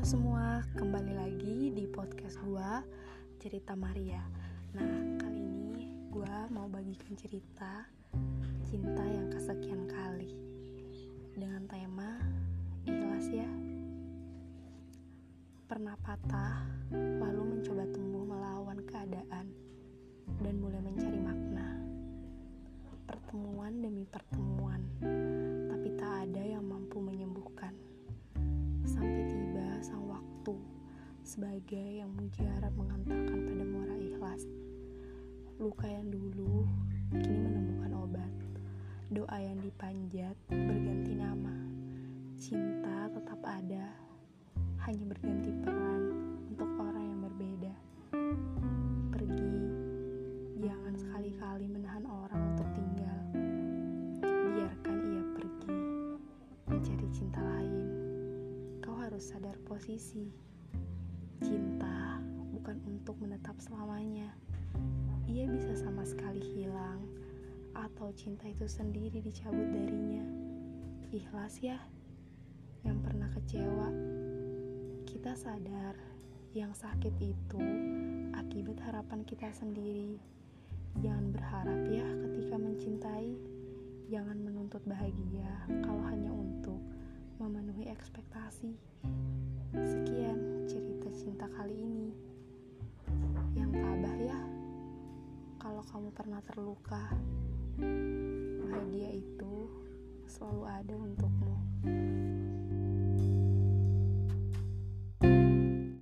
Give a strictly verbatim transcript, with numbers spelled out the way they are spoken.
semua, kembali lagi di podcast gua, Cerita Maria. Nah, kali ini gua mau bagikan cerita cinta yang kesekian kali dengan tema ikhlas ya. Pernah patah, lalu mencoba tumbuh melawan keadaan dan mulai mencari makna. Pertemuan demi pertemuan, tapi tak ada yang mampu menyembuhkan. Sampai tiba sang waktu sebagai yang mujarab mengantarkan pada muara ikhlas. Luka yang dulu kini menemukan obat. Doa yang dipanjat berganti nama. Cinta tetap ada, hanya berganti peran untuk orang yang berbeda. Pergi, jangan sekali-kali menahan orang untuk tinggal. Biarkan ia pergi mencari cinta lain. Kau harus sadar posisi. Cinta bukan untuk menetap selamanya. Ia bisa sama sekali hilang, atau cinta itu sendiri dicabut darinya. Ikhlas ya, yang pernah kecewa. Kita sadar yang sakit itu akibat harapan kita sendiri. Jangan berharap ya ketika mencintai. Jangan menuntut bahagia kalau hanya untuk memenuhi ekspektasi. Sekian cerita cinta kali ini. Yang tabah ya, kalau kamu pernah terluka, bahagia itu selalu ada untukmu.